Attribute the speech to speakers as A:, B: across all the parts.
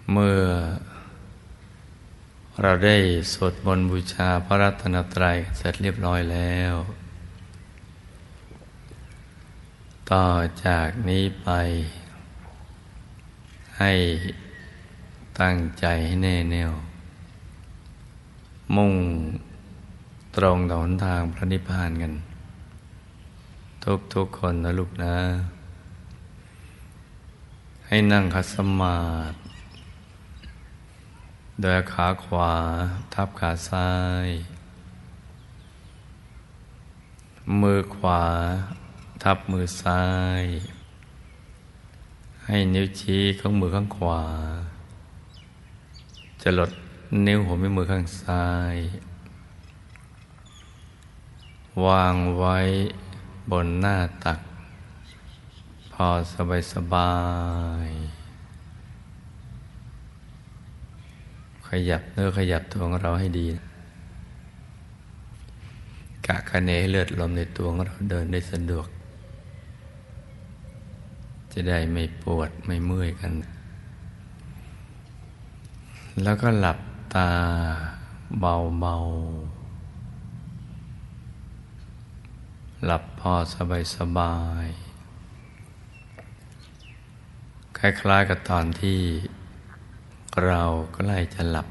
A: เมื่อเราได้สวดมนต์บูชาพระรัตนตรัยเสร็จเรียบร้อยแล้วต่อจากนี้ไปให้ตั้งใจให้แน่แน่วมุ่งตรงต่อหนทางพระนิพพานกันทุกคนนะลูกนะให้นั่งคัดสมาธิโดยขาขวาทับขาซ้ายมือขวาทับมือซ้ายให้นิ้วชี้ของมือข้างขวาจะหลดนิ้วหัวแม่มือข้างซ้ายวางไว้บนหน้าตักพอสบายขยับเนื้อขยับตัวของเราให้ดีกะคะเนให้เลือดลมในตัวของเราเดินได้สะดวกจะได้ไม่ปวดไม่เมื่อยกันแล้วก็หลับตาเบาๆหลับพอสบายคล้ายๆกับตอนที่เราใกล้จะหลับ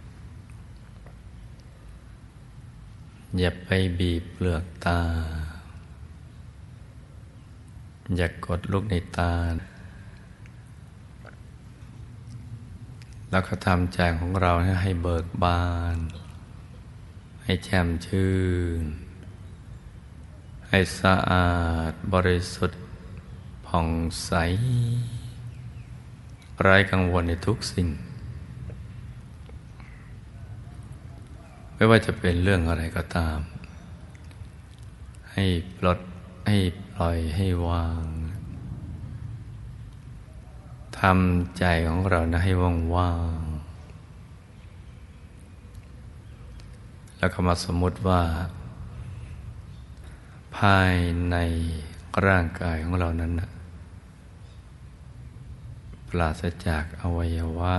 A: อย่าไปบีบเปลือกตาอย่ากดลูกในตาแล้วก็ทำใจของเราให้เบิกบานให้แจ่มชื่นให้สะอาดบริสุทธิ์ผ่องใสไร้กังวลในทุกสิ่งไม่ว่าจะเป็นเรื่องอะไรก็ตามให้ปลดให้ปล่อยให้วางทำใจของเรานะให้ว่างๆแล้วก็มาสมมุติว่าภายในร่างกายของเรานั้นนะปราศจากอวัยวะ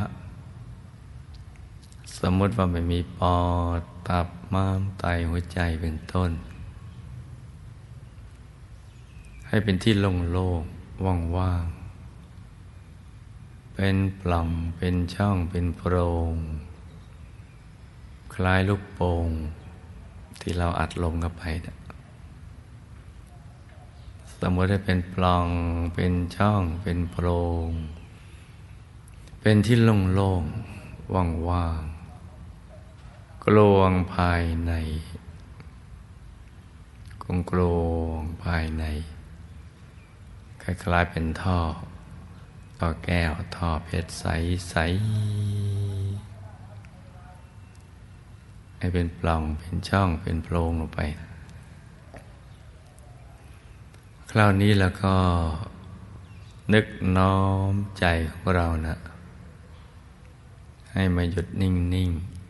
A: สมมุติว่าไม่มีปอดตับม้ามไตหัวใจเป็นต้นให้เป็นที่โล่งๆว่างๆเป็นปล่องเป็นช่องเป็นโพรงคล้ายลูกโป่งที่เราอัดลมเข้าไปสมมติให้เป็นปล่องเป็นช่องเป็นโพรงเป็นที่โล่งๆว่างๆกลวงภายในกลวงภายในคล้ายๆเป็นท่อแก้วท่อเพชรใสๆให้เป็นปล่องเป็นช่องเป็นโพรงลงไปคราวนี้แล้วก็นึกน้อมใจของเรานะให้มาหยุดนิ่ง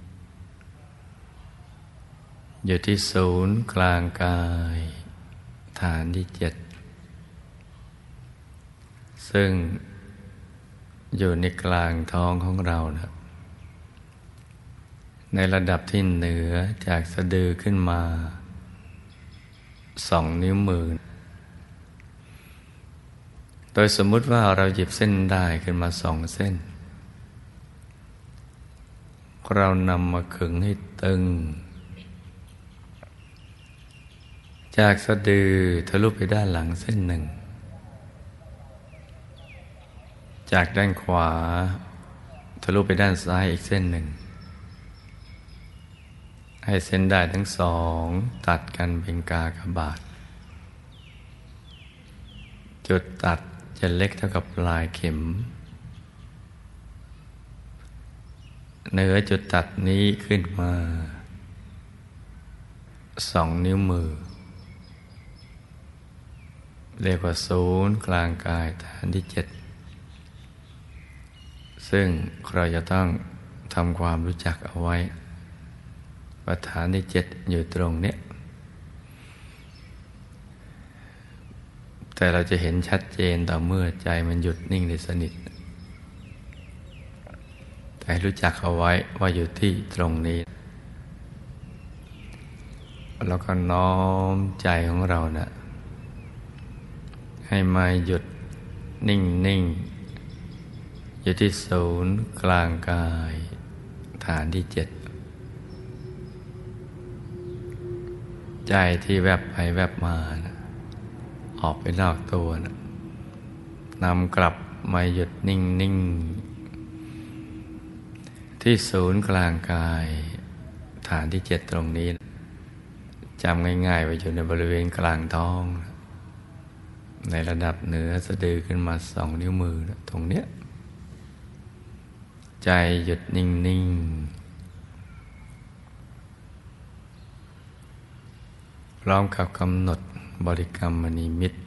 A: ๆอยู่ที่ศูนย์กลางกายฐานที่7ซึ่งอยู่ในกลางท้องของเรานะในระดับที่เหนือจากสะดือขึ้นมา2 นิ้วมือโดยสมมุติว่าเราหยิบเส้นด้ายขึ้นมา2 เส้นเรานำมาขึงให้ตึงจากสะดือทะลุไปด้านหลังเส้นหนึ่งจากด้านขวาทะลุไปด้านซ้ายอีกเส้นหนึ่งให้เส้นด้ายทั้ง2ตัดกันเป็นกากบาทจุดตัดจะเล็กเท่ากับปลายเข็มเหนือจุดตัดนี้ขึ้นมา2 นิ้วมือเรียกว่าศูนย์กลางกายฐานที่7ซึ่งเราจะต้องทำความรู้จักเอาไว้ว่าฐานที่7อยู่ตรงนี้ แต่เราจะเห็นชัดเจนต่อเมื่อใจมันหยุดนิ่งได้สนิทให้รู้จักเอาไว้ว่าอยู่ที่ตรงนี้แล้วก็น้อมใจของเรานะ่ะให้มาหยุดนิ่งๆอยู่ที่ศูนย์กลางกายฐานที่7ใจที่แวบไปแวบมานะออกไปนอกตัวนะนำกลับมาหยุดนิ่งๆที่ศูนย์กลางกายฐานที่7ตรงนี้นะจำง่ายๆไว้อยู่ในบริเวณกลางท้องนะในระดับเหนือสะดือขึ้นมา2 นิ้วมือนะตรงเนี้ยใจหยุดนิ่งๆพร้อมกับกำหนดบริกรรมนิมิต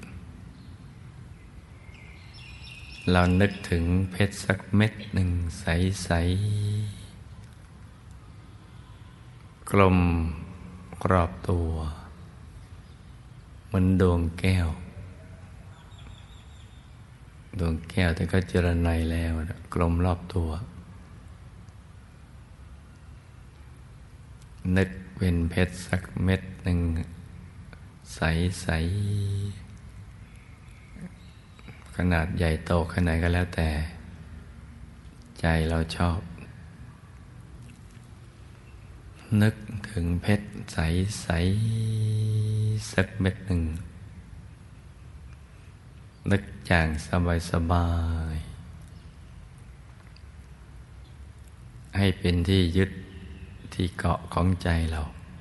A: เรานึกถึงเพชรสักเม็ดหนึ่งใสๆกลมรอบตัวเหมือนดวงแก้วแต่ก็เจรไนแล้วนะกลมรอบตัวนึกเป็นเพชรสักเม็ดหนึ่งใสๆขนาดใหญ่โตขนาดไหนก็แล้วแต่ใจเราชอบนึกถึงเพชรใสๆสักเม็ดหนึ่งนึกอย่างสบายๆให้เป็นที่ยึดที่เกาะของใจเรา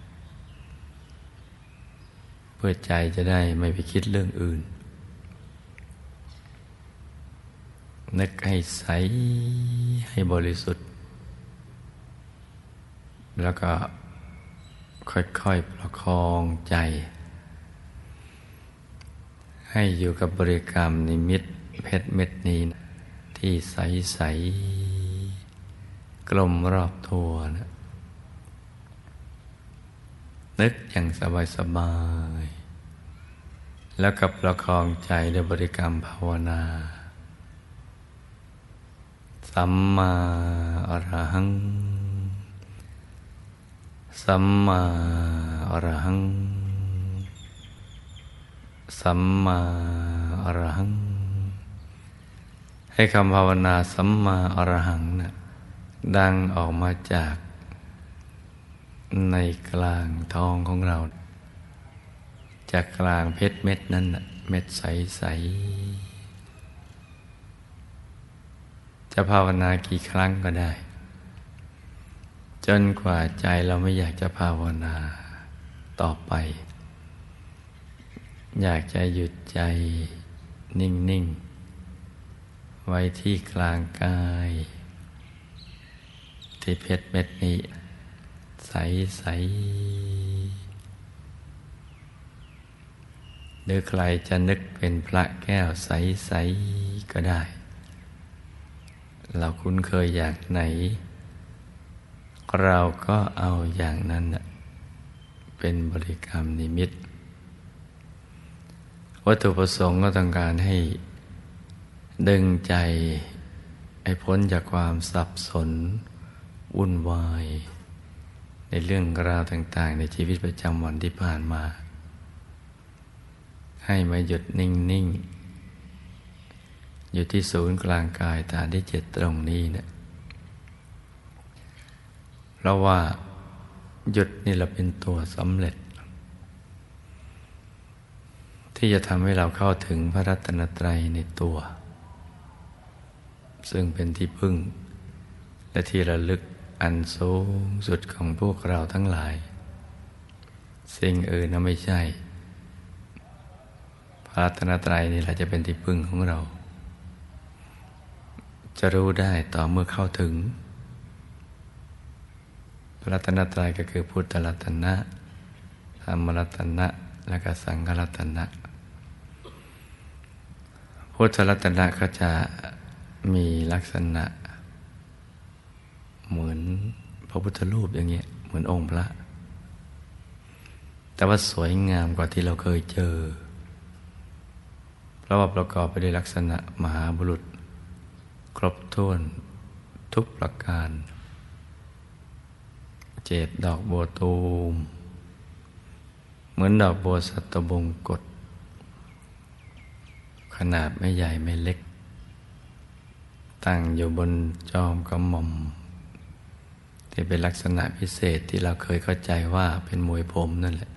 A: เพื่อใจจะได้ไม่ไปคิดเรื่องอื่นนึกให้ใสให้บริสุทธิ์แล้วก็ค่อยๆประคองใจให้อยู่กับบริกรรมนิมิตเพชรเม็ดนี้ที่ใสๆกลมรอบตัวนะนึกอย่างสบายๆแล้วกับประคองใจด้วยบริกรรมภาวนาสัมมาอรหังสัมมาอรหังสัมมาอรหังให้คำภาวนาสัมมาอรหังนะดังออกมาจากในกลางท้องของเราจากกลางเพชรเม็ดนั้นนะเม็ดใสๆจะภาวนากี่ครั้งก็ได้จนกว่าใจเราไม่อยากจะภาวนาต่อไปอยากจะหยุดใจนิ่งๆไว้ที่กลางกายที่เพชรเม็ดนี้ใสๆหรือใครจะนึกเป็นพระแก้วใสๆก็ได้เราคุ้นเคยอย่างไหนเราก็เอาอย่างนั้นเป็นบริกรรมนิมิตวัตถุประสงค์ก็ต้องการให้ดึงใจให้พ้นจากความสับสนวุ่นวายในเรื่องราวต่างๆในชีวิตประจำวันที่ผ่านมาให้มาหยุดนิ่งๆอยู่ที่ศูนย์กลางกายฐานที่7ตรงนี้เนี่ยเพราะว่าหยุดนี่เราเป็นตัวสำเร็จที่จะทำให้เราเข้าถึงพระรัตนตรัยในตัวซึ่งเป็นที่พึ่งและที่ระลึกอันสูงสุดของพวกเราทั้งหลายสิ่งอื่นนั้นไม่ใช่พระรัตนตรัยนี่แหละจะเป็นที่พึ่งของเราจะรู้ได้ต่อเมื่อเข้าถึงพระรัตนตรัยก็คือพุทธรัตนะธรรมรัตนะและก็สังฆรัตนะพุทธรัตนะก็จะมีลักษณะเหมือนพระพุทธรูปอย่างเงี้ยเหมือนองค์พระแต่ว่าสวยงามกว่าที่เราเคยเจอเพราะว่าประกอบไปด้วยลักษณะมหาบุรุษครบถ้วนทุกประการเจดดอกบัวตูมเหมือนดอกบัวสัตบงกฎขนาดไม่ใหญ่ไม่เล็กตั้งอยู่บนจอมกระหม่อมที่เป็นลักษณะพิเศษที่เราเคยเข้าใจว่าเป็นมวยผมนั่นแหละ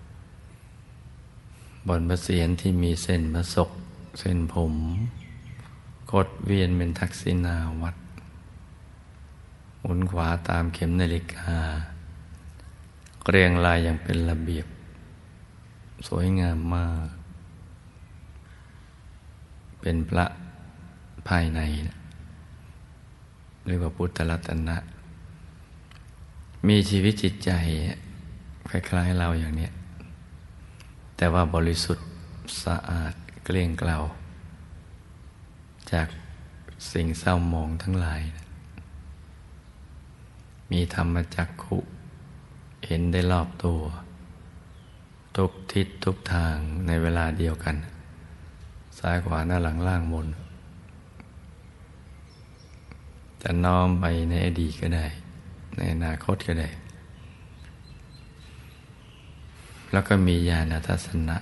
A: บนพระเศียรที่มีเส้นประศกเส้นผมกดเวียนเป็นทักษิณาวัตรหมุนขวาตามเข็มนาฬิกาเรียงรายอย่างเป็นระเบียบสวยงามมากเป็นพระภายในเรียกว่าพุทธรัตนะมีชีวิตจิตใจคล้ายๆเราอย่างนี้แต่ว่าบริสุทธิ์สะอาดเกลี้ยงเกลาจากสิ่งเศร้าหมองทั้งหลายมีธรรมจักขุเห็นได้รอบตัวทุกทิศทุกทางในเวลาเดียวกันซ้ายขวาหน้าหลังล่างบนจะน้อมไปในอดีตก็ได้ในอนาคตก็ได้แล้วก็มีญาณทัศนะ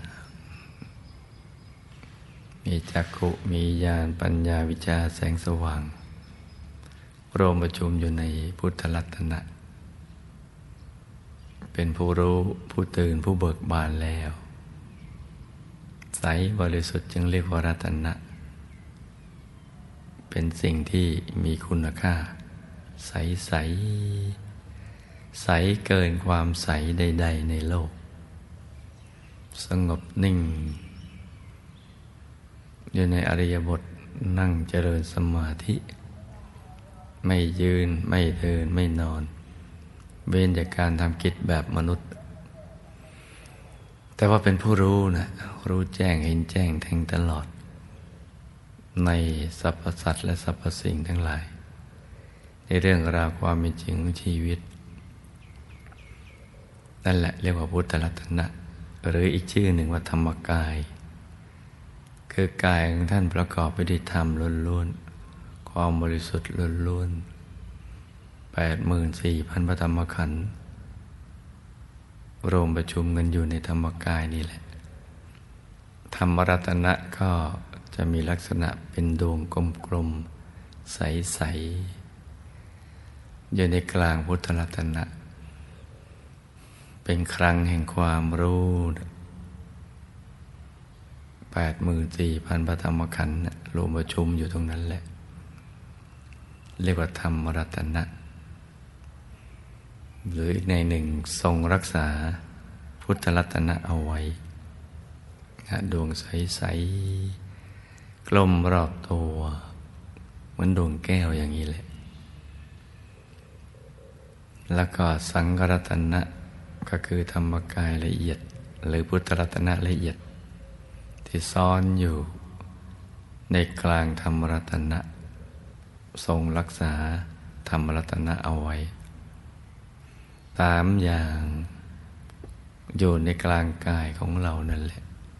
A: มีจักขุมีญาณปัญญาวิชาแสงสว่างรวมประชุมอยู่ในพุทธรัตนะเป็นผู้รู้ผู้ตื่นผู้เบิกบานแล้วใสบริสุทธิ์จึงเรียกว่ารัตนะเป็นสิ่งที่มีคุณค่าใสใสใสเกินความใสใดๆในโลกสงบนิ่งอยู่ในอริยบทนั่งเจริญสมาธิไม่ยืนไม่เดินไม่นอนเว้นจากการทำกิจแบบมนุษย์แต่ว่าเป็นผู้รู้นะรู้แจ้งเห็นแจ้งแทงตลอดในสรรพสัตว์และสรรพสิ่งทั้งหลายในเรื่องราวความเป็นจริงของชีวิตนั่นแหละเรียกว่าพุทธรัตนะหรืออีกชื่อหนึ่งว่าธรรมกายคือกายของท่านประกอบไปด้วยธรรมล้วนๆความบริสุทธิ์ล้วนๆ 84,000 พระธรรมขันธ์รวมประชุมกันอยู่ในธรรมกายนี่แหละธรรมรัตนะก็จะมีลักษณะเป็นดวงกลมๆใสๆอยู่ในกลางพุทธรัตนะเป็นคลังแห่งความรู้ 84,000 พระธรรมขันธ์รวมประชุมอยู่ตรงนั้นแหละเรียกว่าธรรมรัตนะหรืออีกในหนึ่งทรงรักษาพุทธรัตนะเอาไว้ดวงใสๆกลมรอบตัวเหมือนดวงแก้วอย่างนี้แหละแล้วก็สังฆรัตนะก็คือธรรมกายละเอียดหรือพุทธรัตนะละเอียดที่ซ่อนอยู่ในกลางธรรมรัตนะทรงรักษาธรรมรัตนะเอาไว้3อย่างอยู่ในกลางกายของเรานั่นแหละ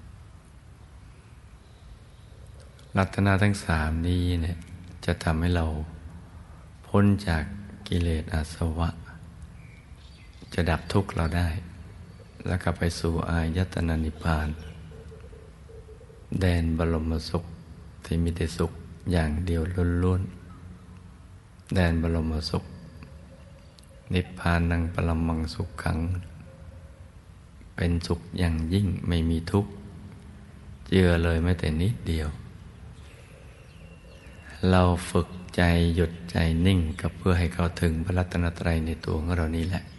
A: รัตนะทั้ง3นี้เนี่ยจะทำให้เราพ้นจากกิเลสอาสวะจะดับทุกข์เราได้แล้วก็ไปสู่อายตนะนิพพานแดนบรมสุขที่มีแต่สุขอย่างเดียวล้วนๆแดนบรมสุขนิพพานังปรมังสุขขังเป็นสุขอย่างยิ่งไม่มีทุกข์เจือเลยแม้แต่นิดเดียวเราฝึกใจหยุดใจนิ่งก็เพื่อให้เข้าถึงพระรัตนตรัยในตัวของเรานี้แหละ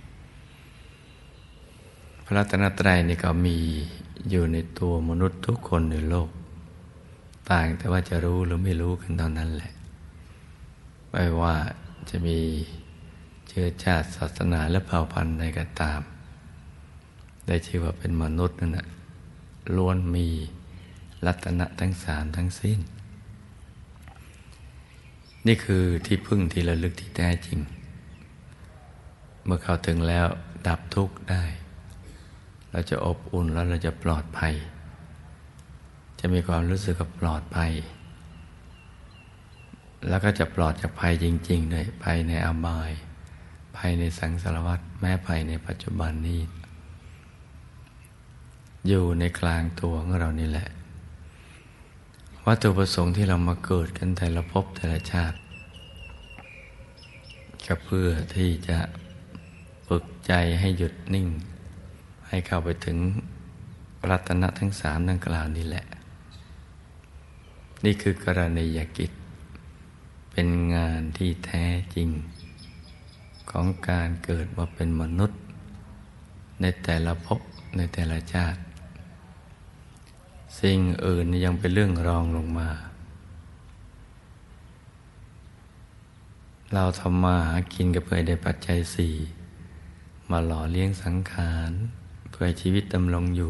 A: พระรัตนตรัยนี่ก็มีอยู่ในตัวมนุษย์ทุกคนในโลกต่างแต่ว่าจะรู้หรือไม่รู้กันเท่านั้นแหละไม่ว่าจะมีเชื้อชาติศาสนาและเผ่าพันธุ์ใดก็ตามได้ชื่อว่าเป็นมนุษย์นั่นแหละล้วนมีรัตนะทั้ง3ทั้งสิ้นนี่คือที่พึ่งที่ระลึกที่แท้จริงเมื่อเข้าถึงแล้วดับทุกข์ได้เราจะอบอุ่นแล้วเราจะปลอดภัยจะมีความรู้สึกว่าปลอดภัยแล้วก็จะปลอดจากภัยจริงๆด้วยภัยในอบายภัยในสังสารวัฏแม้ภัยในปัจจุบันนี้อยู่ในกลางตัวของเรานี่แหละวัตถุประสงค์ที่เรามาเกิดกันแต่ละภพแต่ละชาติก็เพื่อที่จะฝึกใจให้หยุดนิ่งให้เข้าไปถึงรัตนะทั้งสามดังกล่าวนี่แหละนี่คือกรณียกิจเป็นงานที่แท้จริงของการเกิดมาเป็นมนุษย์ในแต่ละภพในแต่ละชาติสิ่งอื่นยังเป็นเรื่องรองลงมาเราทำมาหากินกับเพื่อได้ปัจจัยสี่มาหล่อเลี้ยงสังขารเพื่อชีวิตดำรงอยู่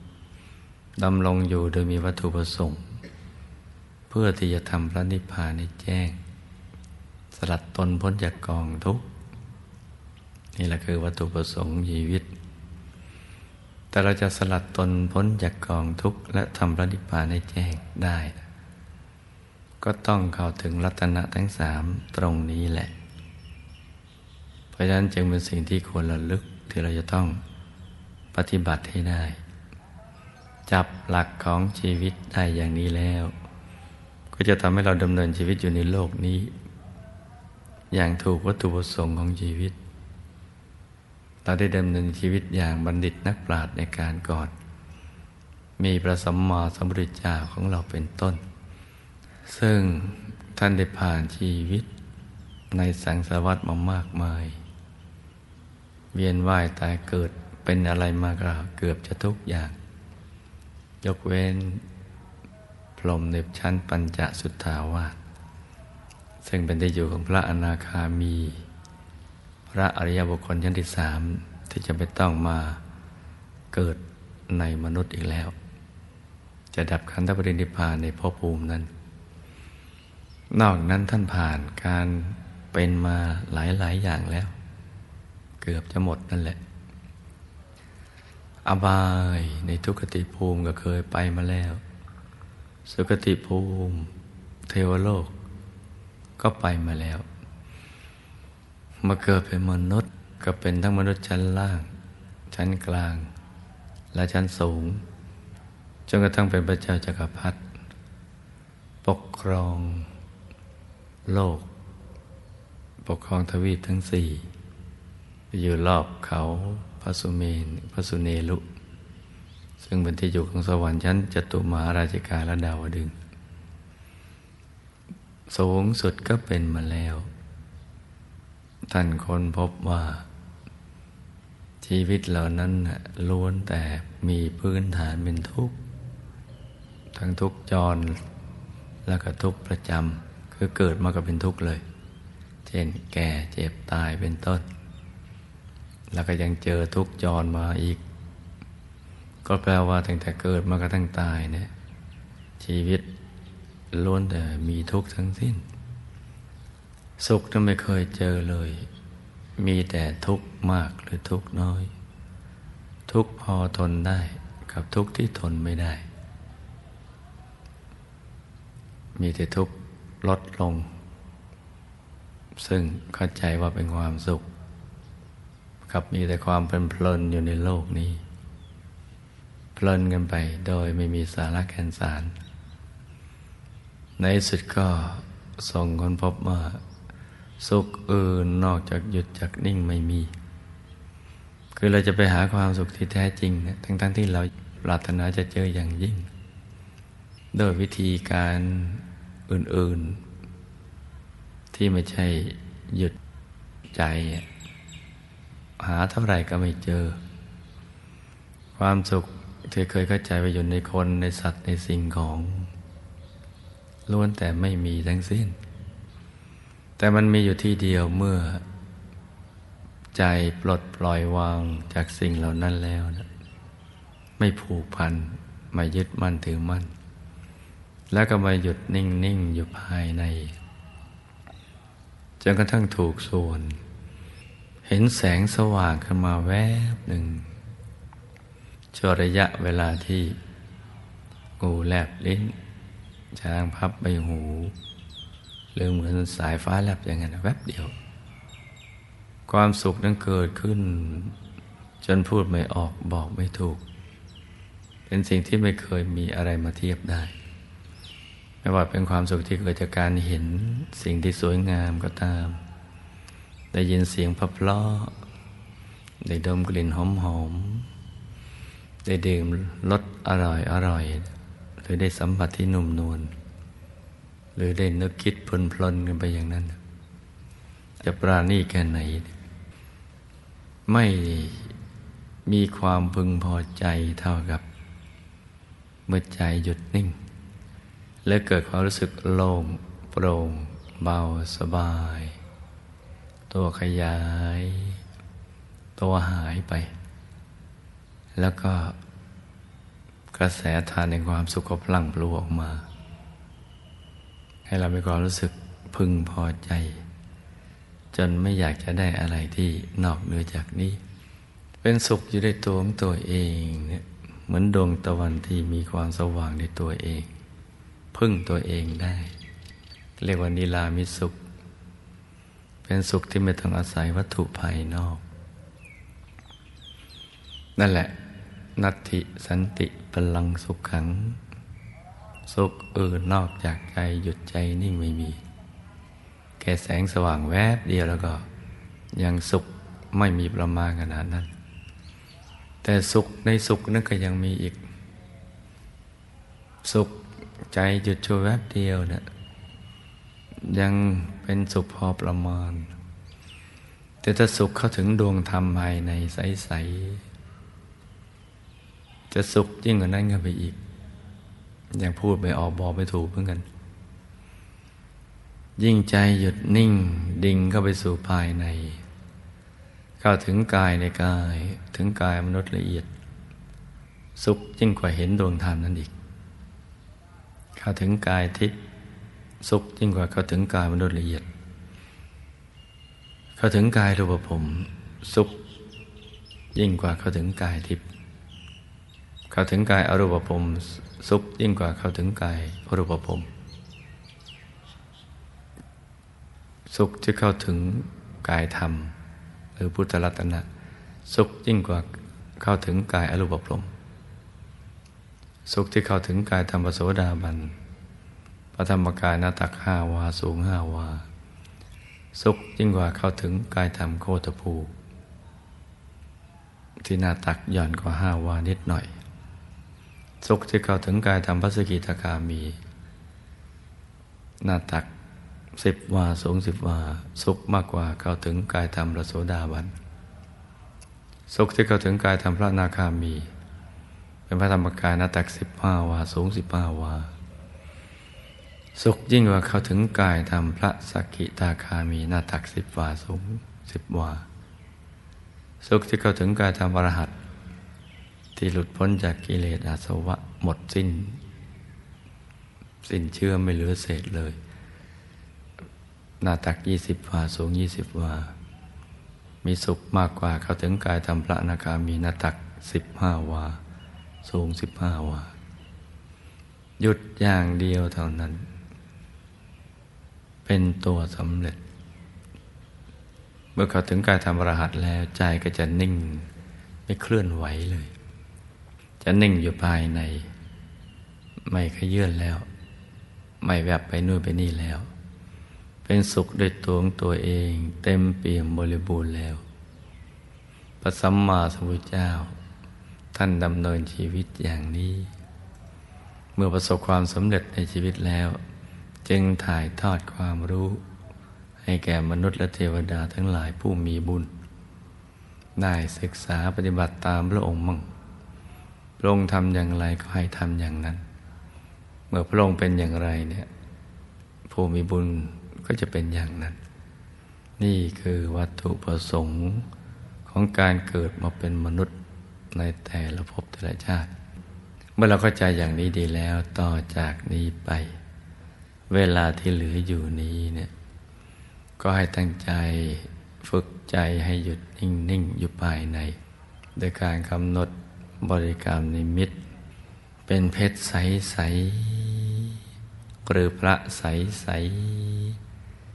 A: โดยมีวัตถุประสงค์เพื่อที่จะทำพระนิพพานให้แจ้งสลัดตนพ้นจากกองทุกข์นี่แหละคือวัตถุประสงค์ชีวิตแต่เราจะสลัดตนพ้นจากกองทุกข์และทำพระนิพพานให้แจ้งได้ก็ต้องเข้าถึงรัตนะทั้งสามตรงนี้แหละเพราะฉะนั้นจึงเป็นสิ่งที่ควรระลึกที่เราจะต้องปฏิบัติให้ได้จับหลักของชีวิตได้อย่างนี้แล้วก็จะทำให้เราดำเนินชีวิตอยู่ในโลกนี้อย่างถูกวัตถุประสงค์ของชีวิตเราได้ดำเนินชีวิตอย่างบัณฑิตนักปราชญ์ในการก่อนมีพระสัมมาสัมพุทธเจ้าของเราเป็นต้นซึ่งท่านได้ผ่านชีวิตในสังสารวัฏมามากมายเวียนว่ายตายเกิดเป็นอะไรมาเกือบจะทุกอย่างยกเว้นพรหมในชั้นปัญจสุทธาวาสซึ่งเป็นที่อยู่ของพระอนาคามีพระอริยบุคคลชั้นที่สามที่จะไม่ต้องมาเกิดในมนุษย์อีกแล้วจะดับขันธปรินิพพานในภพภูมินั้นนอกนั้นท่านผ่านการเป็นมาหลายอย่างแล้วเกือบจะหมดนั่นแหละอบายในทุกขติภูมิก็เคยไปมาแล้วสุคติภูมิเทวโลกก็ไปมาแล้วมาเกิดเป็นมนุษย์ก็เป็นทั้งมนุษย์ชั้นล่างชั้นกลางและชั้นสูงจนกระทั่งเป็นพระเจ้าจักรพรรดิปกครองโลกปกครองทวีปทั้งสี่อยู่รอบเขาพระสุเนรุซึ่งเป็นที่อยู่ของสวรรค์ชั้นจตุมหาราชิกาและดาวดึงส์สูงสุดก็เป็นมาแล้วท่านค้นพบว่าชีวิตเหล่านั้นล้วนแต่มีพื้นฐานเป็นทุกข์ทั้งทุกข์จรและก็ทุกข์ประจำคือเกิดมาก็เป็นทุกข์เลยเช่นแก่เจ็บตายเป็นต้นแล้วก็ยังเจอทุกข์จรมาอีกก็แปลว่าตั้งแต่เกิดมากระทั่งตายเนี่ยชีวิตล้วนแต่มีทุกข์ทั้งสิ้นสุขนั้นไม่เคยเจอเลยมีแต่ทุกข์มากหรือทุกข์น้อยทุกข์พอทนได้กับทุกข์ที่ทนไม่ได้มีแต่ทุกข์ลดลงซึ่งเข้าใจว่าเป็นความสุขกับมีแต่ความเพลินอยู่ในโลกนี้เพลินกันไปโดยไม่มีสาระแก่นสารในสุดก็ส่งค้นพบว่าสุขอื่นนอกจากหยุดจากนิ่งไม่มีคือเราจะไปหาความสุขที่แท้จริงนะทั้งที่เราปรารถนาจะเจออย่างยิ่งโดยวิธีการอื่นๆที่ไม่ใช่หยุดใจหาเท่าไหร่ก็ไม่เจอความสุขที่เคยเข้าใจไปอยู่ในคนในสัตว์ในสิ่งของล้วนแต่ไม่มีทั้งสิ้นแต่มันมีอยู่ที่เดียวเมื่อใจปลดปล่อยวางจากสิ่งเหล่านั้นแล้วนะไม่ผูกพันไม่ยึดมั่นถือมั่นแล้วก็มาหยุดนิ่งๆอยู่ภายในจนกระทั่งถูกส่วนเห็นแสงสว่างขึ้นมาแวบหนึ่งชั่วระยะเวลาที่งูแลบลิ้นช้างพับใบหูหรือเหมือนสายฟ้าแลบอย่างนั้นแวบเดียวความสุขนั้นเกิดขึ้นจนพูดไม่ออกบอกไม่ถูกเป็นสิ่งที่ไม่เคยมีอะไรมาเทียบได้ไม่ว่าเป็นความสุขที่เกิดจากการเห็นสิ่งที่สวยงามก็ตามได้ยินเสียงเพราะๆได้ดมกลิ่นหอมๆได้ดื่มรสอร่อยหรือได้สัมผัสที่นุ่มนวลหรือได้นึกคิดเพลินๆกันไปอย่างนั้นจะปราณีตแค่ไหนไม่มีความพึงพอใจเท่ากับเมื่อใจหยุดนิ่งและเกิดความรู้สึกโล่งโปร่งเบาสบายตัวขยายตัวหายไปแล้วก็กระแสทานในความสุขก็พลั่งพลูออกมาให้เรามีความรู้สึกพึงพอใจจนไม่อยากจะได้อะไรที่นอกเหนือจากนี้เป็นสุขอยู่ในตัวของตัวเองเนี่ยเหมือนดวงตะวันที่มีความสว่างในตัวเองพึ่งตัวเองได้เรียกว่านิรามิตสุขเป็นสุขที่ไม่ต้องอาศัยวัตถุภายนอกนั่นแหละนัตถิสันติพลังสุขขังสุขอื่นนอกจากใจหยุดใจนิ่งไม่มีแค่แสงสว่างแวบเดียวแล้วก็ยังสุขไม่มีประมาณขนาดนั้นแต่สุขในสุขนั้นก็ยังมีอีกสุขใจหยุดชั่วแวบเดียวเนี่ยยังเป็นสุขพอประมาณแต่ถ้าสุขเข้าถึงดวงธรรมภายในใสๆจะสุขยิ่งกว่านั้นก็ไปอีกยังพูดไม่ออกบอกไม่ถูกเหมือนกันยิ่งใจหยุดนิ่งดิ่งเข้าไปสู่ภายในเข้าถึงกายในกายถึงกายมนุษย์ละเอียดสุขยิ่งกว่าเห็นดวงธรรมนั่นอีกเข้าถึงกายทิพย์สุขยิ่งกว่าเข้าถึงกายมนุษย์ละเอียดเข้าถึงกายรูปภพสุขยิ่งกว่าเข้าถึงกายทิพย์เข้าถึงกายอรูปภพสุขยิ่งกว่าเข้าถึงกายอรูปภพสุขที่เข้าถึงกายธรรมหรือพุทธรัตนะสุขยิ่งกว่าเข้าถึงกายอรูปภพสุขที่เข้าถึงกายธรรมพระโสดาบันพระธรรมกายหน้าตัก5 วาสูง5 วาสุขยิ่งกว่าเข้าถึงกายธรรมโคตภูที่หน้าตักหย่อนกว่า5 วานิดหน่อยสุขที่เข้าถึงกายธรรมพระสกิทาคามีหน้าตัก10 วาสูง10 วาสุขมากกว่าเข้าถึงกายธรรมพระโสดาบันสุขที่เข้าถึงกายธรรมพระอนาคามีเป็นพระธรรมกายหน้าตัก15 วาสูง15 วาสุขยิ่งกว่าเข้าถึงกายธรรมพระสกิทาคามีหน้าตัก10 วาสูง10 วาสุขที่เข้าถึงกายธรรมอรหัตที่หลุดพ้นจากกิเลสอาสวะหมดสิ้นเชื่อไม่เหลือเศษเลยหน้าตัก20 วาสูง20 วามีสุขมากกว่าเข้าถึงกายธรรมพระอนาคามีหน้าตัก15 วาสูง15 วาหยุดอย่างเดียวเท่านั้นเป็นตัวสำเร็จเมื่อเข้าถึงกายธรรมอรหัตแล้วใจก็จะนิ่งไม่เคลื่อนไหวเลยจะนิ่งอยู่ภายในไม่ขยื่นแล้วไม่แวบไปนู่นไปนี่แล้วเป็นสุขด้วยตัวของตัวเองเต็มเปี่ยมบริบูรณ์แล้วพระสัมมาสัมพุทธเจ้าท่านดำเนินชีวิตอย่างนี้เมื่อประสบความสำเร็จในชีวิตแล้วจึงถ่ายทอดความรู้ให้แก่มนุษย์และเทวดาทั้งหลายผู้มีบุญได้ศึกษาปฏิบัติตามพระองค์มั่งพระองค์ทำอย่างไรก็ให้ทำอย่างนั้นเมื่อพระองค์เป็นอย่างไรเนี่ยผู้มีบุญก็จะเป็นอย่างนั้นนี่คือวัตถุประสงค์ของการเกิดมาเป็นมนุษย์ในแต่ละภพแต่ละชาติเมื่อเราเข้าใจอย่างนี้ดีแล้วต่อจากนี้ไปเวลาที่เหลืออยู่นี้เนี่ยก็ให้ตั้งใจฝึกใจให้หยุดนิ่งๆอยู่ภายในโดยการกำหนดบริกรรมนิมิตเป็นเพชรใสๆหรือพระใส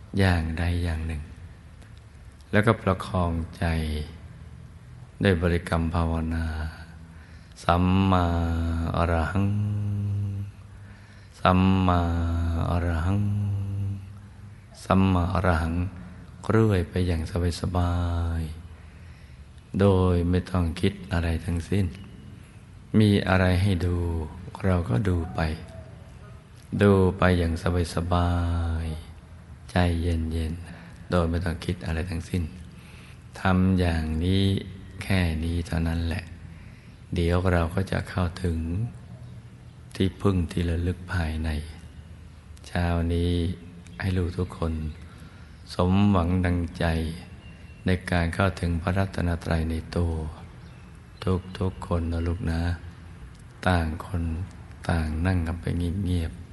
A: อย่างใดอย่างหนึ่งแล้วก็ประคองใจด้วยบริกรรมภาวนาสัมมาอรหังสัมมาอรหังสัมมาอรหังเรื่อยไปอย่างสบายๆโดยไม่ต้องคิดอะไรทั้งสิ้นมีอะไรให้ดูเราก็ดูไปอย่างสบายๆใจเย็นๆโดยไม่ต้องคิดอะไรทั้งสิ้นทำอย่างนี้แค่นี้เท่านั้นแหละเดี๋ยวเราก็จะเข้าถึงที่พึ่งที่ระลึกภายในเช้านี้ให้ลูกทุกคนสมหวังดังใจในการเข้าถึงพระรัตนตรัยในตัวทุกคนนะลูกนะต่างคนต่างนั่งกันไปเงียบๆ